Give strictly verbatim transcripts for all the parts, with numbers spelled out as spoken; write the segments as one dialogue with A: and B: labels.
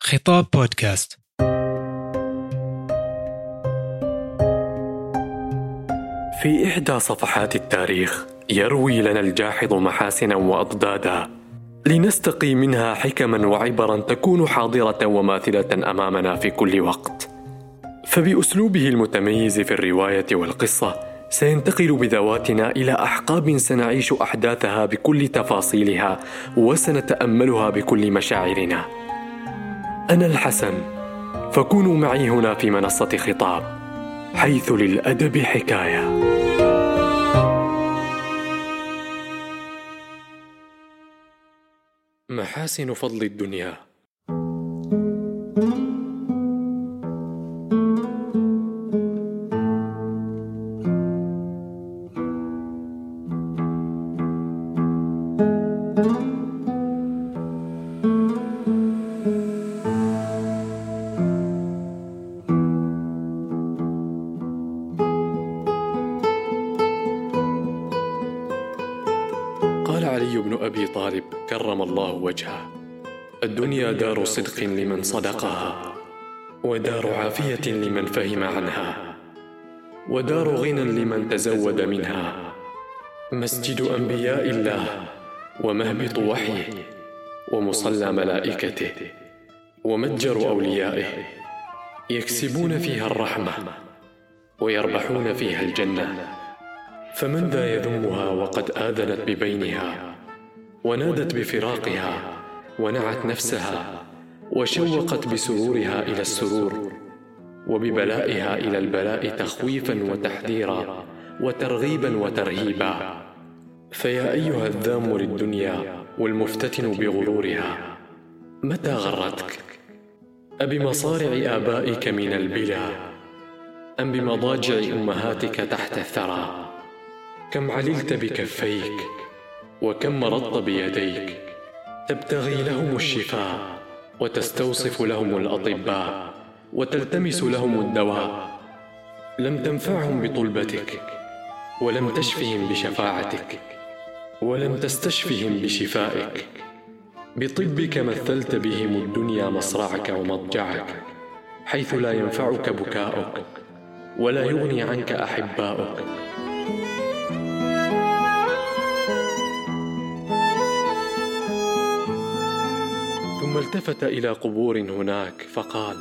A: خطاب بودكاست.
B: في إحدى صفحات التاريخ يروي لنا الجاحظ محاسنا وأضدادا لنستقي منها حكما وعبرا تكون حاضرة وماثلة أمامنا في كل وقت. فبأسلوبه المتميز في الرواية والقصة سينتقل بذواتنا إلى أحقاب سنعيش أحداثها بكل تفاصيلها وسنتأملها بكل مشاعرنا. أنا الحسن، فكونوا معي هنا في منصة خطاب، حيث للأدب حكاية. محاسن فضل الدنيا. قال علي بن أبي طالب كرم الله وجهه: الدنيا دار صدق لمن صدقها، ودار عافية لمن فهم عنها، ودار غنى لمن تزود منها، مسجد أنبياء الله، ومهبط وحيه، ومصلى ملائكته، ومتجر أوليائه، يكسبون فيها الرحمة ويربحون فيها الجنة. فمن ذا يذمها وقد آذنت ببينها، ونادت بفراقها، ونعت نفسها، وشوقت بسرورها إلى السرور، وببلائها إلى البلاء تخويفا وتحذيرا وترغيبا وترهيبا. فيا أيها الذام للدنيا والمفتتن بغرورها، متى غرتك؟ أبمصارع آبائك من البلا، أم بمضاجع أمهاتك تحت الثرى؟ كم عللت بكفيك، وكم مرضت بيديك، تبتغي لهم الشفاء، وتستوصف لهم الأطباء، وتلتمس لهم الدواء. لم تنفعهم بطلبتك، ولم تشفهم بشفاعتك، ولم تستشفهم بشفائك. بطبك مثلت بهم الدنيا مصرعك ومضجعك، حيث لا ينفعك بكاؤك، ولا يغني عنك أحباؤك. ثم التفت إلى قبور هناك فقال: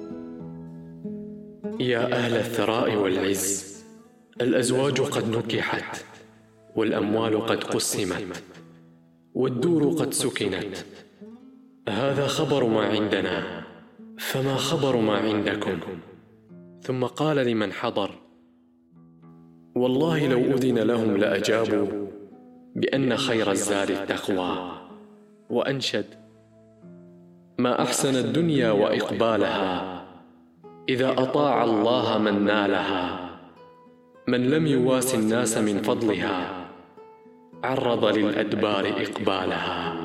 B: يا أهل الثراء والعز، الأزواج قد نكحت، والأموال قد قسمت، والدور قد سكنت. هذا خبر ما عندنا، فما خبر ما عندكم؟ ثم قال لمن حضر: والله لو أذن لهم لأجابوا بأن خير الزاد التقوى. وأنشد: ما أحسن الدنيا وإقبالها، إذا أطاع الله من نالها. من لم يواس الناس من فضلها، عرض للأدبار إقبالها.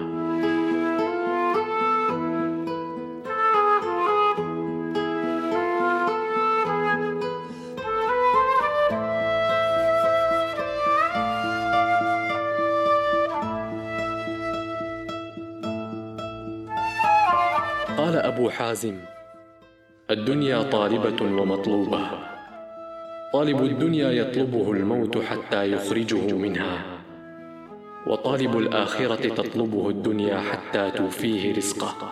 B: قال أبو حازم: الدنيا طالبة ومطلوبة، طالب الدنيا يطلبه الموت حتى يخرجه منها، وطالب الآخرة تطلبه الدنيا حتى توفيه رزقه.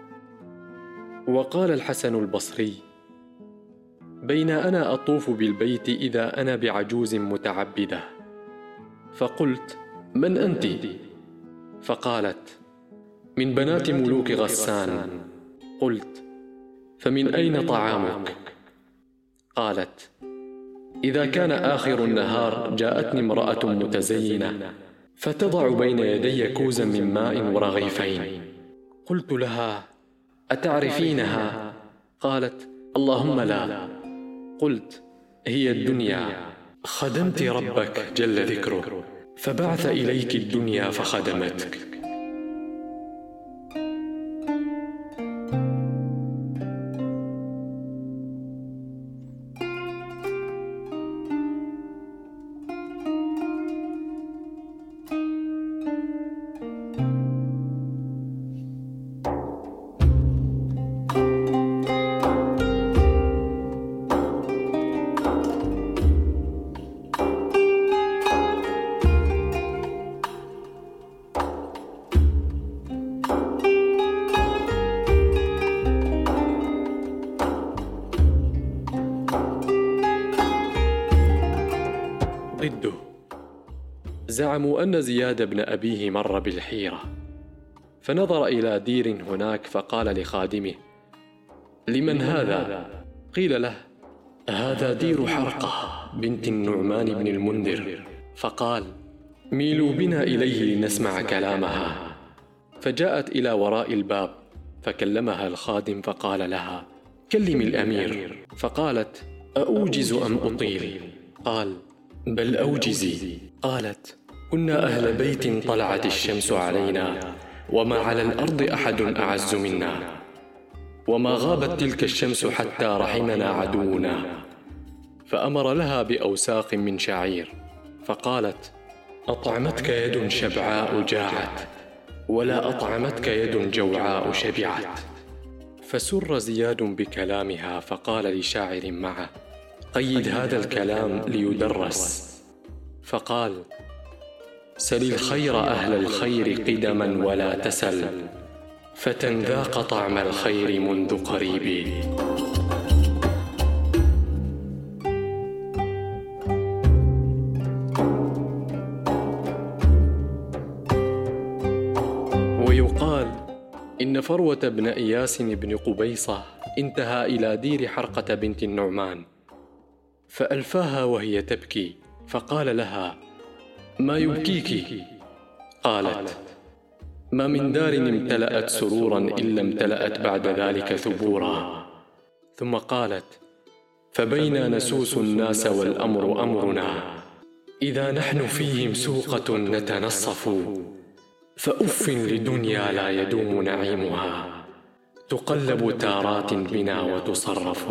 B: وقال الحسن البصري: بين أنا أطوف بالبيت إذا أنا بعجوز متعبدة، فقلت: من أنت؟ فقالت: من بنات ملوك غسان. قلت: فمن أين طعامك؟ قالت: إذا كان آخر النهار جاءتني امرأة متزينة، فتضع بين يدي كوزا من ماء ورغيفين. قلت لها: أتعرفينها؟ قالت: اللهم لا. قلت: هي الدنيا، خدمت ربك جل ذكره، فبعث إليك الدنيا فخدمتك. زعموا أن زياد بن أبيه مر بالحيرة، فنظر إلى دير هناك فقال لخادمه: لمن هذا؟ قيل له: هذا دير حرقة بنت النعمان بن المنذر. فقال: ميلوا بنا إليه لنسمع كلامها. فجاءت إلى وراء الباب فكلمها الخادم فقال لها: كلمي الأمير. فقالت: أأوجز أم أطيل؟ قال: بل أوجزي. قالت: كنا أهل بيت طلعت الشمس علينا وما على الأرض أحد أعز منا، وما غابت تلك الشمس حتى رحمنا عدونا. فأمر لها بأوساق من شعير، فقالت: أطعمتك يد شبعاء جاعت، ولا أطعمتك يد جوعاء شبعت. فسر زياد بكلامها فقال لشاعر معه: قيد هذا الكلام ليدرس. فقال: سل الخير أهل الخير قدما ولا تسل، فتى ذاق طعم الخير منذ قريب. ويقال إن فروة بن إياس بن قبيصة انتهى إلى دير حرقة بنت النعمان، فألفاها وهي تبكي، فقال لها: ما يبكيك؟ قالت: ما من دار امتلأت سرورا إلا امتلأت بعد ذلك ثبورا. ثم قالت: فبينا نسوس الناس والأمر أمرنا، إذا نحن فيهم سوقة نتنصف، فأف لدنيا لا يدوم نعيمها، تقلب تارات بنا وتصرف.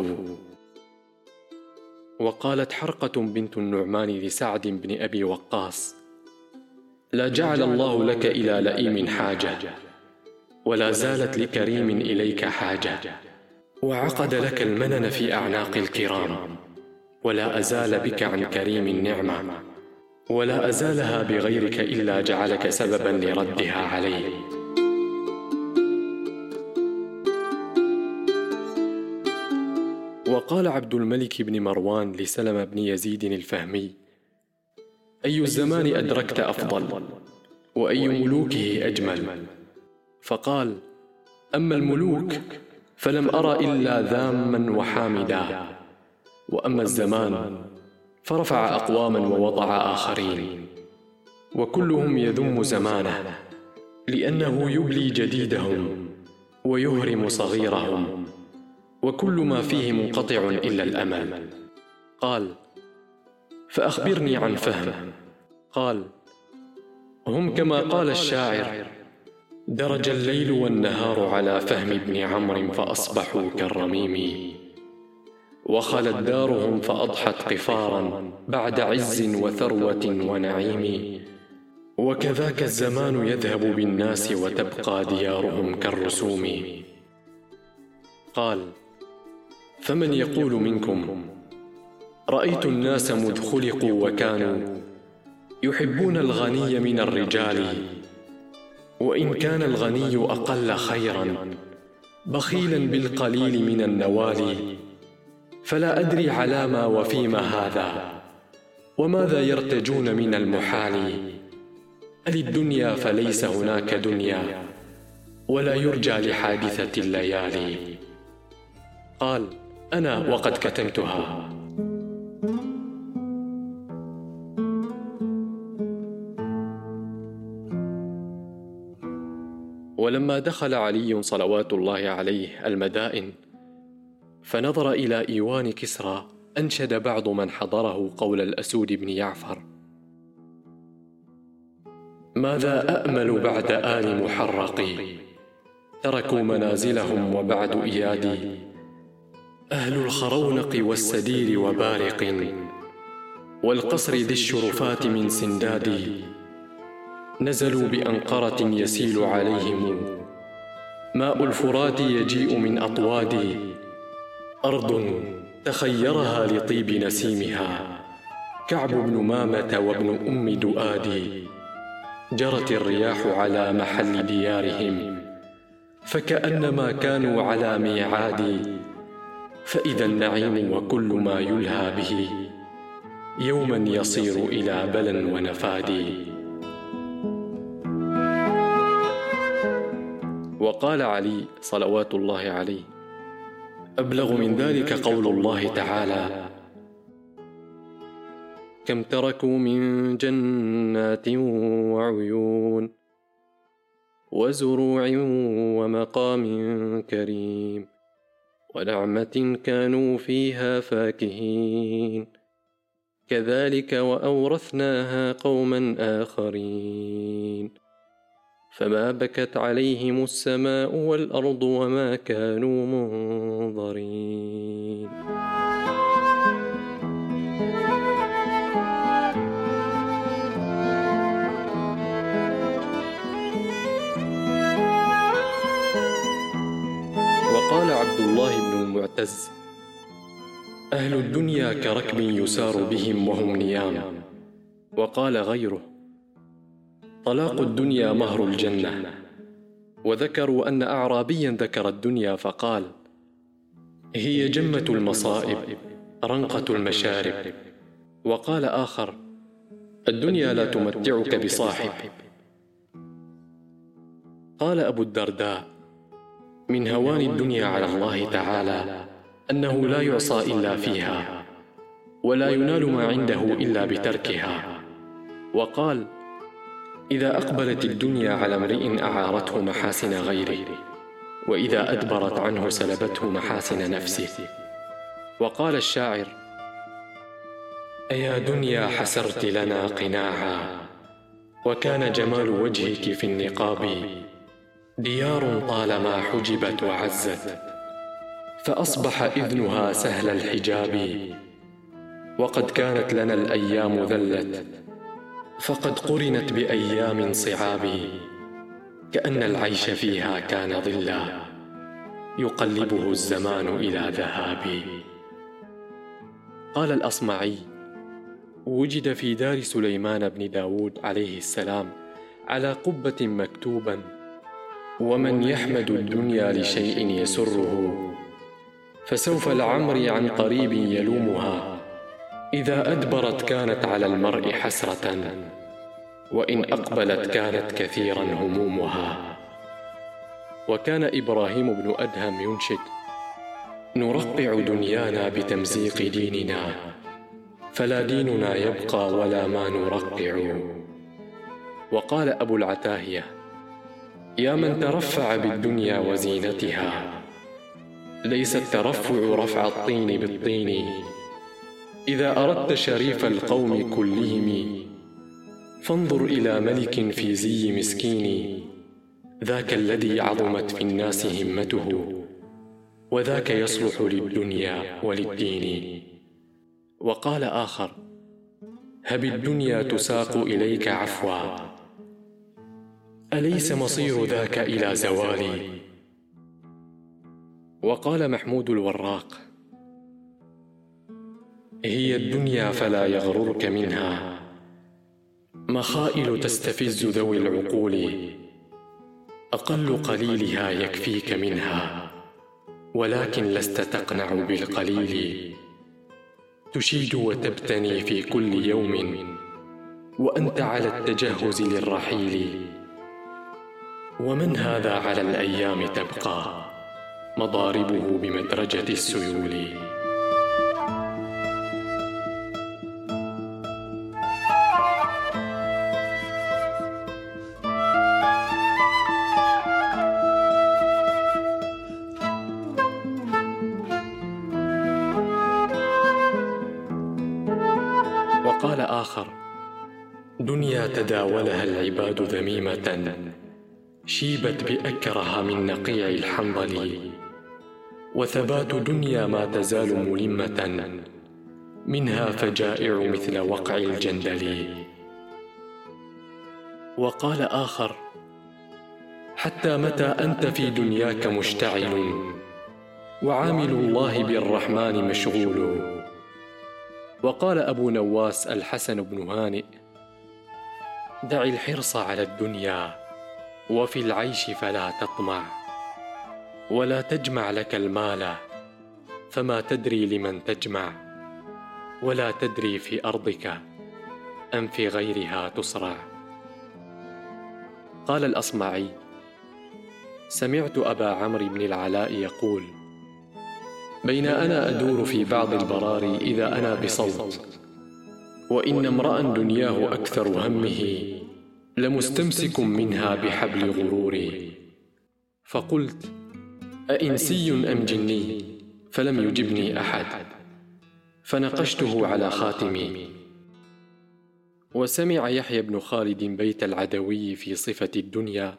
B: وقالت حرقة بنت النعمان لسعد بن أبي وقاص: لا جعل الله لك إلى لئيم حاجة، ولا زالت لكريم إليك حاجة، وعقد لك المنن في أعناق الكرام، ولا أزال بك عن كريم النعمة، ولا أزالها بغيرك إلا جعلك سببا لردها عليه. وقال عبد الملك بن مروان لسلم بن يزيد الفهمي: أي الزمان أدركت أفضل، وأي ملوكه أجمل؟ فقال: أما الملوك فلم أرى إلا ذاما وحامدا، وأما الزمان فرفع أقواما ووضع آخرين، وكلهم يذم زمانه، لأنه يبلي جديدهم ويهرم صغيرهم، وكل ما فيه منقطع إلا الأمل. قال: فأخبرني عن فهم. قال: هم كما قال الشاعر: درج الليل والنهار على فهم ابن عمرو فأصبحوا كالرميم، وخلت دارهم فأضحت قفارا بعد عز وثروة ونعيم، وكذاك الزمان يذهب بالناس وتبقى ديارهم كالرسوم. قال: فمن يقول منكم: رأيت الناس مذ خلقوا وكانوا يحبون الغني من الرجال، وإن كان الغني أقل خيرا بخيلا بالقليل من النوال، فلا أدري على ما وفيما هذا، وماذا يرتجون من المحال. أل الدنيا فليس هناك دنيا، ولا يرجى لحادثة الليالي. قال: أنا وقد كتمتها. ولما دخل علي صلوات الله عليه المدائن فنظر إلى إيوان كسرى، أنشد بعض من حضره قول الأسود بن يعفر: ماذا أأمل بعد آل محرق، تركوا منازلهم وبعد إيادي، أهل الخرونق والسدير وبارق، والقصر ذي الشرفات من سنداد، نزلوا بأنقرة يسيل عليهم ماء الفرات يجيء من أطواد، أرض تخيرها لطيب نسيمها كعب بن مامة وابن أم دؤاد، جرت الرياح على محل ديارهم فكأنما كانوا على ميعاد، فإذا النعيم وكل ما يلهى به يوما يصير إلى بلى ونفاد. وقال علي صلوات الله عليه: أبلغ من ذلك قول الله تعالى: كم تركوا من جنات وعيون وزروع ومقام كريم ونعمة كانوا فيها فاكهين كذلك وأورثناها قوما آخرين فما بكت عليهم السماء والأرض وما كانوا منظرين. وقال عبد الله بن المعتز: أهل الدنيا كركب يسار بهم وهم نيام. وقال غيره: طلاق الدنيا مهر الجنة. وذكروا أن أعرابيا ذكر الدنيا فقال: هي جمة المصائب رنقة المشارب. وقال آخر: الدنيا لا تمتعك بصاحب. قال أبو الدرداء: من هوان الدنيا على الله تعالى أنه لا يعصى إلا فيها ولا ينال ما عنده إلا بتركها. وقال: إذا أقبلت الدنيا على امرئ أعارته محاسن غيره وإذا أدبرت عنه سلبته محاسن نفسه. وقال الشاعر: أيا دنيا حسرت لنا قناعا وكان جمال وجهك في النقاب ديار طالما حجبت وعزت فأصبح إذنها سهل الحجاب وقد كانت لنا الأيام ذلت فقد قرنت بأيام صعاب كأن العيش فيها كان ظلا يقلبه الزمان إلى ذهاب. قال الأصمعي: وجد في دار سليمان بن داود عليه السلام على قبة مكتوبا: ومن يحمد الدنيا لشيء يسره فسوف لعمري عن قريب يلومها إذا أدبرت كانت على المرء حسرة وإن أقبلت كانت كثيرا همومها. وكان إبراهيم بن أدهم ينشد: نرقع دنيانا بتمزيق ديننا فلا ديننا يبقى ولا ما نرقع. وقال أبو العتاهية: يا من ترفع بالدنيا وزينتها ليس الترفع رفع الطين بالطين إذا أردت شريف القوم كلهم فانظر إلى ملك في زي مسكين ذاك الذي عظمت في الناس همته وذاك يصلح للدنيا وللدين. وقال آخر: هب الدنيا تساق إليك عفوا أليس مصير ذاك إلى زوالي. وقال محمود الوراق: هي الدنيا فلا يغررك منها مخائل تستفز ذوي العقول أقل قليلها يكفيك منها ولكن لست تقنع بالقليل تشيد وتبتني في كل يوم وأنت على التجهز للرحيل. ومن هذا على الأيام تبقى مضاربه بمدرجة السيول. وقال آخر: دنيا تداولها العباد ذميمة شيبت بأكره من نقيع الحنظل وثبات دنيا ما تزال ملمة منها فجائع مثل وقع الجندل. وقال آخر: حتى متى أنت في دنياك مشتعل وعامل الله بالرحمن مشغول. وقال أبو نواس الحسن بن هانئ: دع الحرص على الدنيا وفي العيش فلا تطمع ولا تجمع لك المال فما تدري لمن تجمع ولا تدري في أرضك أم في غيرها تسرع. قال الأصمعي: سمعت أبا عمرو بن العلاء يقول: بين أنا أدور في بعض البراري إذا أنا بصوت، وإن امرأ دنياه أكثر همه لمستمسك منها بحبل غروري. فقلت: أإنسي أم جني؟ فلم يجبني أحد، فنقشته على خاتمي. وسمع يحيى بن خالد بيت العدوي في صفة الدنيا: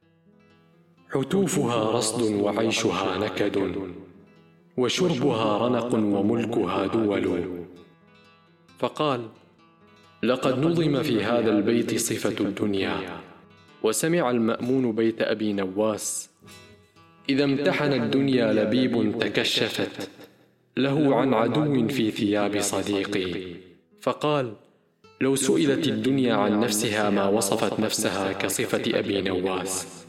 B: حتوفها رصد وعيشها نكد، وشربها رنق وملكها دول. فقال: لقد نظم في هذا البيت صفة الدنيا. وسمع المأمون بيت أبي نواس: إذا امتحن الدنيا لبيب تكشفت له عن عدو في ثياب صديقي. فقال: لو سئلت الدنيا عن نفسها ما وصفت نفسها كصفة أبي نواس.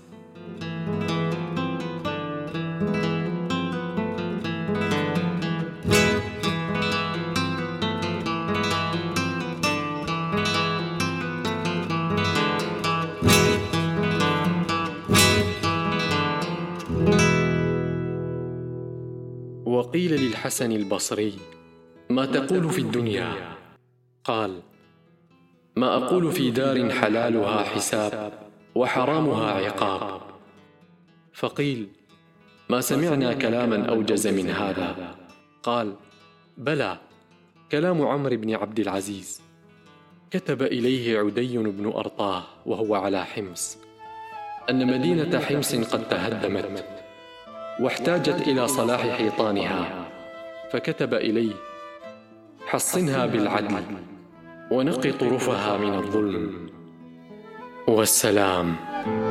B: وقيل للحسن البصري: ما تقول في الدنيا؟ قال: ما أقول في دار حلالها حساب وحرامها عقاب. فقيل: ما سمعنا كلاما أوجز من هذا. قال: بلى، كلام عمرو بن عبد العزيز. كتب إليه عدي بن أرطاه وهو على حمص أن مدينة حمص قد تهدمت واحتاجت إلى صلاح حيطانها، فكتب إليه: حصنها بالعدل ونقي طرفها من الظلم. والسلام.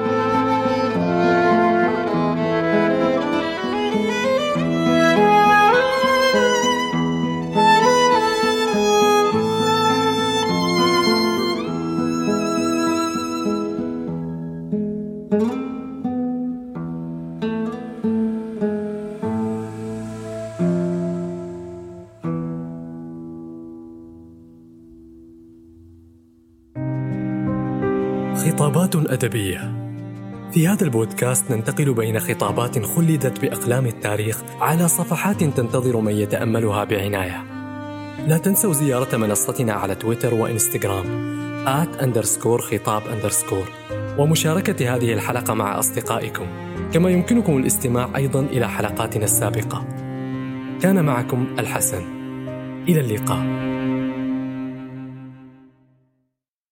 B: خطابات أدبية. في هذا البودكاست ننتقل بين خطابات خلدت بأقلام التاريخ على صفحات تنتظر من يتأملها بعناية. لا تنسوا زيارة منصتنا على تويتر وإنستغرام آت أندرسكور خطاب أندرسكور ومشاركة هذه الحلقة مع أصدقائكم، كما يمكنكم الاستماع أيضا إلى حلقاتنا السابقة. كان معكم الحسن، إلى اللقاء.